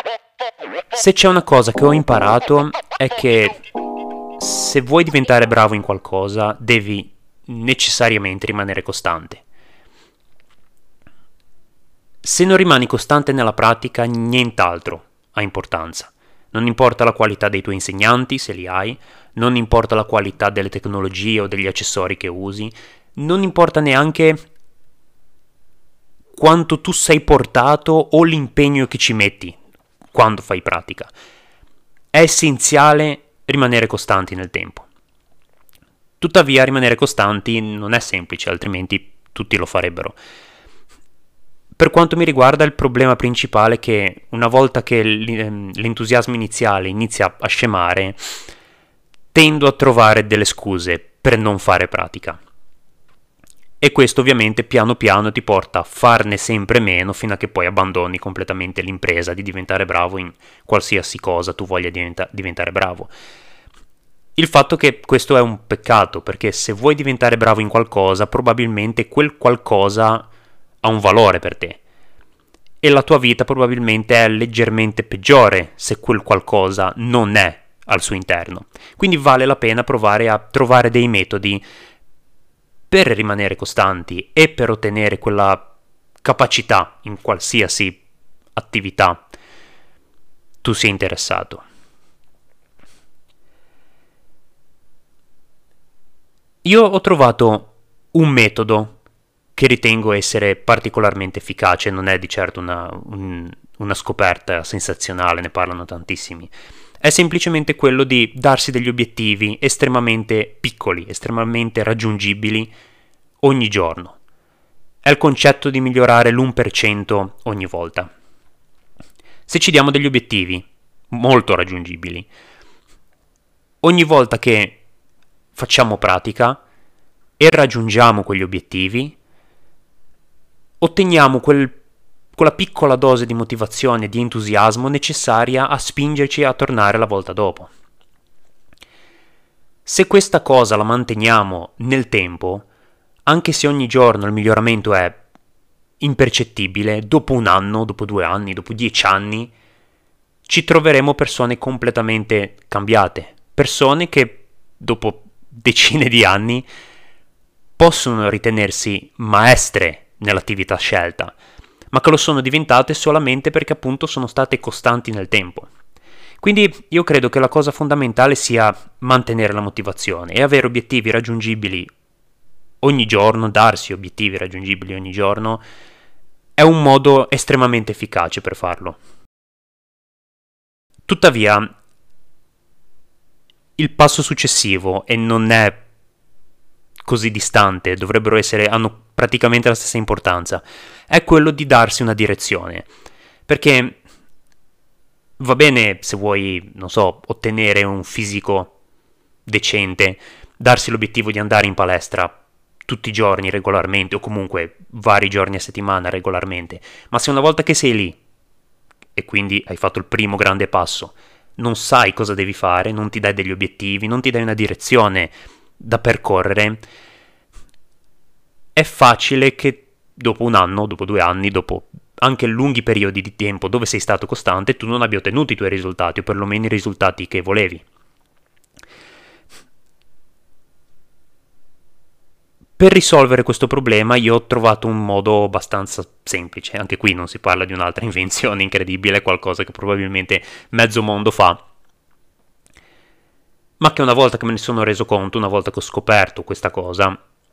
Se c'è una cosa che ho imparato è che se vuoi diventare bravo in qualcosa devi necessariamente rimanere costante. Se non rimani costante nella pratica, nient'altro ha importanza. Non importa la qualità dei tuoi insegnanti, se li hai, non importa la qualità delle tecnologie o degli accessori che usi, non importa neanche quanto tu sei portato o l'impegno che ci metti quando fai pratica. È essenziale rimanere costanti nel tempo. Tuttavia, rimanere costanti non è semplice, altrimenti tutti lo farebbero. Per quanto mi riguarda, il problema principale è che una volta che l'entusiasmo iniziale inizia a scemare, tendo a trovare delle scuse per non fare pratica. E questo ovviamente piano piano ti porta a farne sempre meno fino a che poi abbandoni completamente l'impresa di diventare bravo in qualsiasi cosa tu voglia diventare bravo. Il fatto che questo è un peccato, perché se vuoi diventare bravo in qualcosa, probabilmente quel qualcosa ha un valore per te. E la tua vita probabilmente è leggermente peggiore se quel qualcosa non è al suo interno. Quindi vale la pena provare a trovare dei metodi per rimanere costanti e per ottenere quella capacità in qualsiasi attività tu sia interessato. Io ho trovato un metodo che ritengo essere particolarmente efficace, non è di certo una scoperta sensazionale, ne parlano tantissimi. È semplicemente quello di darsi degli obiettivi estremamente piccoli, estremamente raggiungibili ogni giorno. È il concetto di migliorare l'1% ogni volta. Se ci diamo degli obiettivi molto raggiungibili, ogni volta che facciamo pratica e raggiungiamo quegli obiettivi, otteniamo quella piccola dose di motivazione, di entusiasmo necessaria a spingerci a tornare la volta dopo. Se questa cosa la manteniamo nel tempo, anche se ogni giorno il miglioramento è impercettibile, dopo un anno, dopo 2 anni, dopo 10 anni, ci troveremo persone completamente cambiate, persone che dopo decine di anni possono ritenersi maestre nell'attività scelta, ma che lo sono diventate solamente perché appunto sono state costanti nel tempo. Quindi io credo che la cosa fondamentale sia mantenere la motivazione e avere obiettivi raggiungibili ogni giorno, darsi obiettivi raggiungibili ogni giorno, è un modo estremamente efficace per farlo. Tuttavia, il passo successivo, e non è così distante, hanno praticamente la stessa importanza, è quello di darsi una direzione. Perché va bene se vuoi, non so, ottenere un fisico decente, darsi l'obiettivo di andare in palestra tutti i giorni regolarmente, o comunque vari giorni a settimana regolarmente, ma se una volta che sei lì, e quindi hai fatto il primo grande passo, non sai cosa devi fare, non ti dai degli obiettivi, non ti dai una direzione da percorrere, è facile che dopo un anno, dopo 2 anni, dopo anche lunghi periodi di tempo dove sei stato costante, tu non abbia ottenuto i tuoi risultati, o perlomeno i risultati che volevi. Per risolvere questo problema io ho trovato un modo abbastanza semplice, anche qui non si parla di un'altra invenzione incredibile, qualcosa che probabilmente mezzo mondo fa, ma che una volta che me ne sono reso conto, una volta che ho scoperto questa cosa,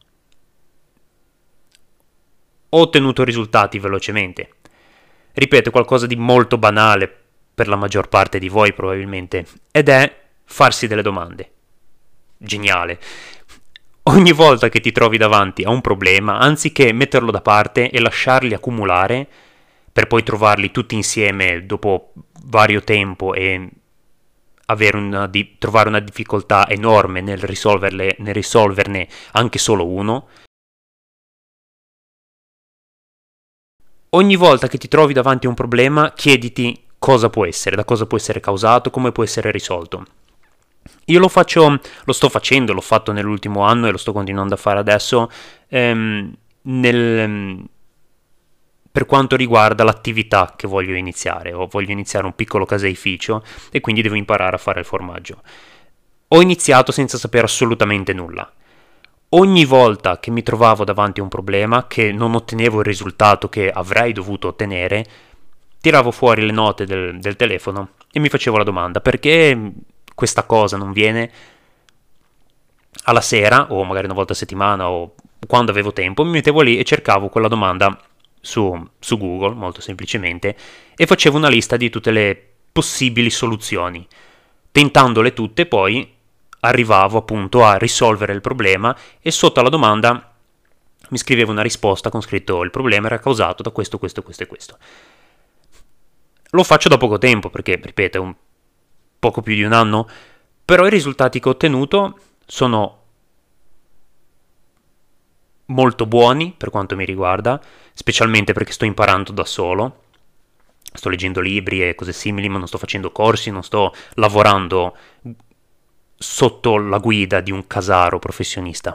ho ottenuto risultati velocemente. Ripeto, è qualcosa di molto banale per la maggior parte di voi probabilmente, ed è farsi delle domande. Geniale. Ogni volta che ti trovi davanti a un problema, anziché metterlo da parte e lasciarli accumulare, per poi trovarli tutti insieme dopo vario tempo e trovare una difficoltà enorme nel risolverne anche solo uno, ogni volta che ti trovi davanti a un problema, chiediti cosa può essere, da cosa può essere causato, come può essere risolto. Io l'ho fatto nell'ultimo anno e lo sto continuando a fare adesso, per quanto riguarda l'attività che voglio iniziare. O voglio iniziare un piccolo caseificio e quindi devo imparare a fare il formaggio. Ho iniziato senza sapere assolutamente nulla. Ogni volta che mi trovavo davanti a un problema, che non ottenevo il risultato che avrei dovuto ottenere, tiravo fuori le note del telefono e mi facevo la domanda: perché questa cosa non viene alla sera, o magari una volta a settimana, o quando avevo tempo? Mi mettevo lì e cercavo quella domanda su Google, molto semplicemente, e facevo una lista di tutte le possibili soluzioni. Tentandole tutte, poi arrivavo appunto a risolvere il problema, e sotto alla domanda mi scrivevo una risposta con scritto: il problema era causato da questo, questo, questo e questo. Lo faccio da poco tempo, perché, ripeto, è un poco più di un anno, però i risultati che ho ottenuto sono molto buoni per quanto mi riguarda, specialmente perché sto imparando da solo. Sto leggendo libri e cose simili, ma non sto facendo corsi, non sto lavorando sotto la guida di un casaro professionista.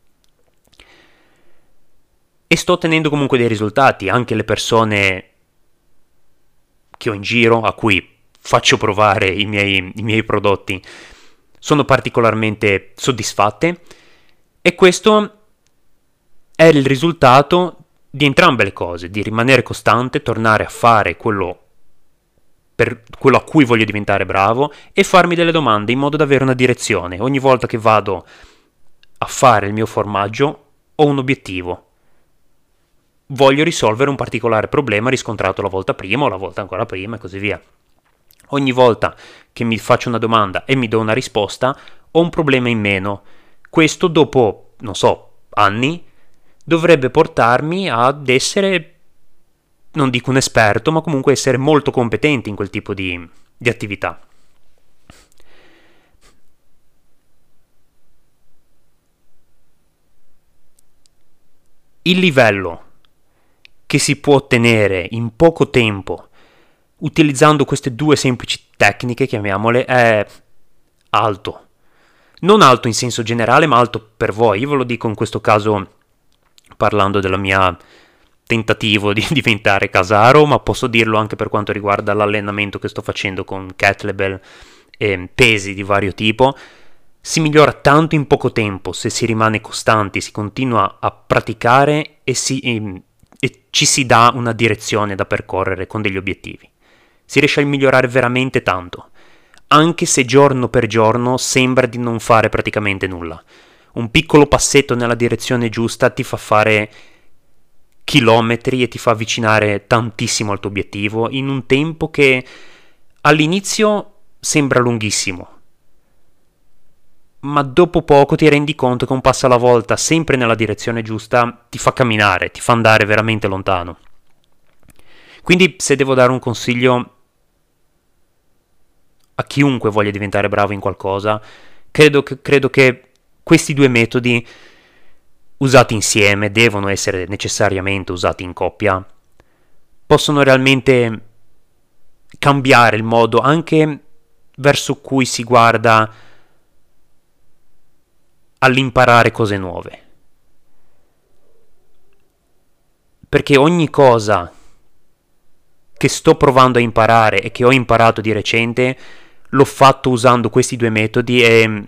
E sto ottenendo comunque dei risultati. Anche le persone che ho in giro, a cui faccio provare i miei prodotti, sono particolarmente soddisfatte, e questo è il risultato di entrambe le cose, di rimanere costante, tornare a fare quello a cui voglio diventare bravo, e farmi delle domande in modo da avere una direzione. Ogni volta che vado a fare il mio formaggio ho un obiettivo. Voglio risolvere un particolare problema riscontrato la volta prima o la volta ancora prima e così via. Ogni volta che mi faccio una domanda e mi do una risposta, ho un problema in meno. Questo, dopo, non so, anni, dovrebbe portarmi ad essere, non dico un esperto, ma comunque essere molto competente in quel tipo di attività. Il livello che si può ottenere in poco tempo utilizzando queste due semplici tecniche, chiamiamole, è alto. Non alto in senso generale, ma alto per voi. Io ve lo dico in questo caso parlando della mia tentativo di diventare casaro, ma posso dirlo anche per quanto riguarda l'allenamento che sto facendo con kettlebell e pesi di vario tipo. Si migliora tanto in poco tempo se si rimane costanti, si continua a praticare e ci si dà una direzione da percorrere con degli obiettivi. Si riesce a migliorare veramente tanto, anche se giorno per giorno sembra di non fare praticamente nulla. Un piccolo passetto nella direzione giusta ti fa fare chilometri e ti fa avvicinare tantissimo al tuo obiettivo in un tempo che all'inizio sembra lunghissimo, ma dopo poco ti rendi conto che un passo alla volta, sempre nella direzione giusta, ti fa camminare, ti fa andare veramente lontano. Quindi, se devo dare un consiglio a chiunque voglia diventare bravo in qualcosa, credo che questi due metodi, usati insieme, devono essere necessariamente usati in coppia, possono realmente cambiare il modo anche verso cui si guarda all'imparare cose nuove. Perché ogni cosa che sto provando a imparare e che ho imparato di recente l'ho fatto usando questi due metodi, e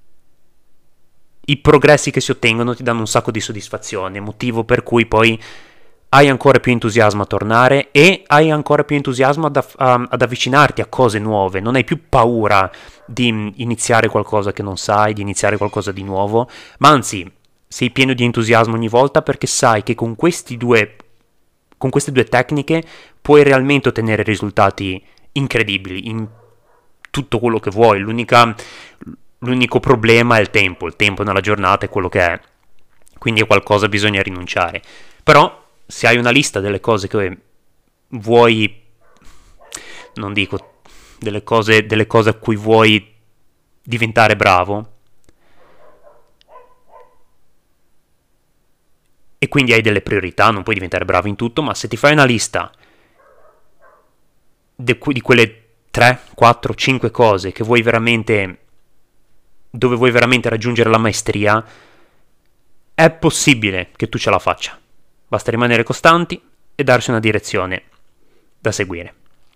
i progressi che si ottengono ti danno un sacco di soddisfazione, motivo per cui poi hai ancora più entusiasmo a tornare e hai ancora più entusiasmo ad avvicinarti a cose nuove. Non hai più paura di iniziare qualcosa che non sai, di iniziare qualcosa di nuovo, ma anzi sei pieno di entusiasmo ogni volta, perché sai che con queste due tecniche puoi realmente ottenere risultati incredibili in tutto quello che vuoi. L'unico problema è il tempo nella giornata è quello che è, quindi a qualcosa bisogna rinunciare. Però se hai una lista delle cose che vuoi, non dico delle cose a cui vuoi diventare bravo, e quindi hai delle priorità, non puoi diventare bravo in tutto, ma se ti fai una lista di quelle 3, 4, 5 cose che vuoi veramente, dove vuoi veramente raggiungere la maestria, è possibile che tu ce la faccia. Basta rimanere costanti e darsi una direzione da seguire.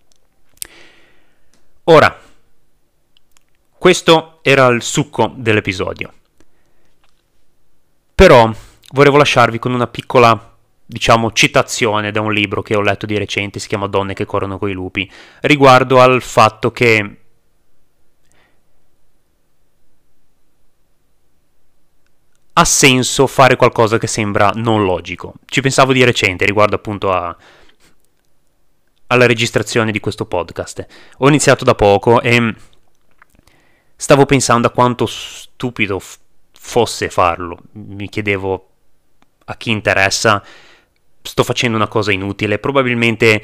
Ora, questo era il succo dell'episodio. Però volevo lasciarvi con una piccola, citazione da un libro che ho letto di recente, si chiama Donne che corrono coi lupi, riguardo al fatto che ha senso fare qualcosa che sembra non logico. Ci pensavo di recente riguardo appunto alla registrazione di questo podcast. Ho iniziato da poco e stavo pensando a quanto stupido fosse farlo. Mi chiedevo a chi interessa, sto facendo una cosa inutile, probabilmente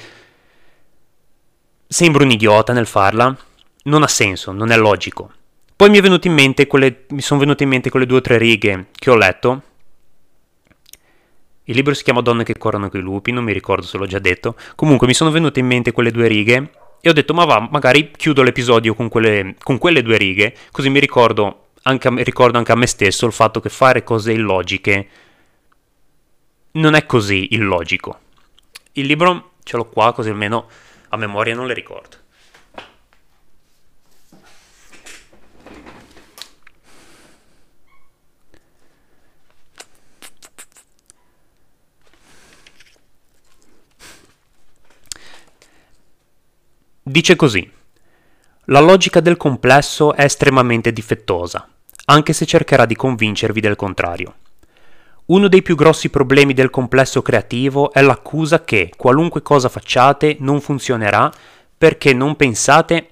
sembro un idiota nel farla, non ha senso, non è logico. Poi mi sono venute in mente quelle 2 o 3 righe che ho letto. Il libro si chiama Donne che corrono coi lupi, non mi ricordo se l'ho già detto. Comunque mi sono venute in mente quelle 2 righe e ho detto magari chiudo l'episodio con quelle 2 righe, così mi ricordo anche a me stesso il fatto che fare cose illogiche non è così illogico. Il libro ce l'ho qua, così almeno a memoria non le ricordo. Dice così: la logica del complesso è estremamente difettosa, anche se cercherà di convincervi del contrario. Uno dei più grossi problemi del complesso creativo è l'accusa che qualunque cosa facciate non funzionerà perché non pensate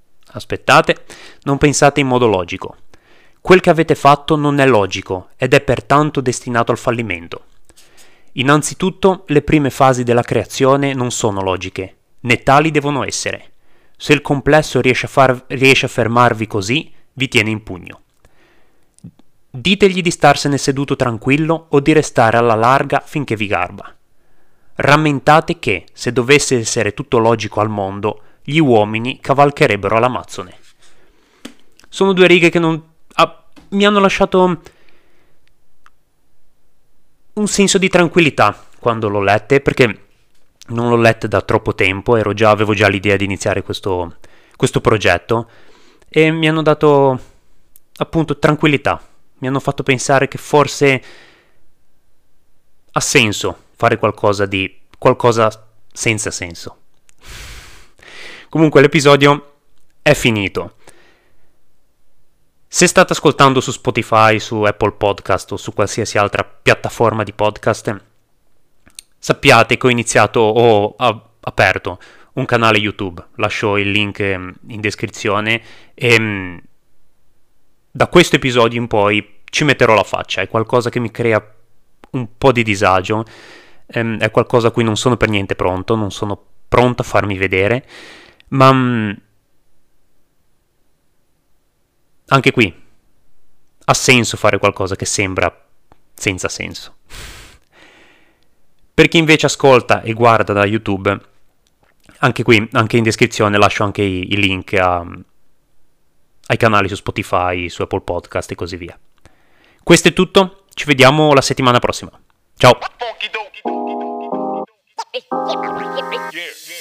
in modo logico. Quel che avete fatto non è logico ed è pertanto destinato al fallimento. Innanzitutto, le prime fasi della creazione non sono logiche, né tali devono essere. Se il complesso riesce a fermarvi così, vi tiene in pugno. Ditegli di starsene seduto tranquillo o di restare alla larga finché vi garba. Rammentate che, se dovesse essere tutto logico al mondo, gli uomini cavalcherebbero all'Amazzone. Sono 2 righe che mi hanno lasciato un senso di tranquillità quando l'ho lette, perché non l'ho letta da troppo tempo, avevo già l'idea di iniziare questo progetto e mi hanno dato appunto tranquillità, mi hanno fatto pensare che forse ha senso fare qualcosa senza senso. Comunque l'episodio è finito. Se state ascoltando su Spotify, su Apple Podcast o su qualsiasi altra piattaforma di podcast, sappiate che ho aperto un canale YouTube, lascio il link in descrizione e da questo episodio in poi ci metterò la faccia, è qualcosa che mi crea un po' di disagio, è qualcosa a cui non sono per niente pronto, non sono pronto a farmi vedere, ma anche qui ha senso fare qualcosa che sembra senza senso. Per chi invece ascolta e guarda da YouTube, anche qui, anche in descrizione lascio anche i link ai canali su Spotify, su Apple Podcast e così via. Questo è tutto, ci vediamo la settimana prossima. Ciao!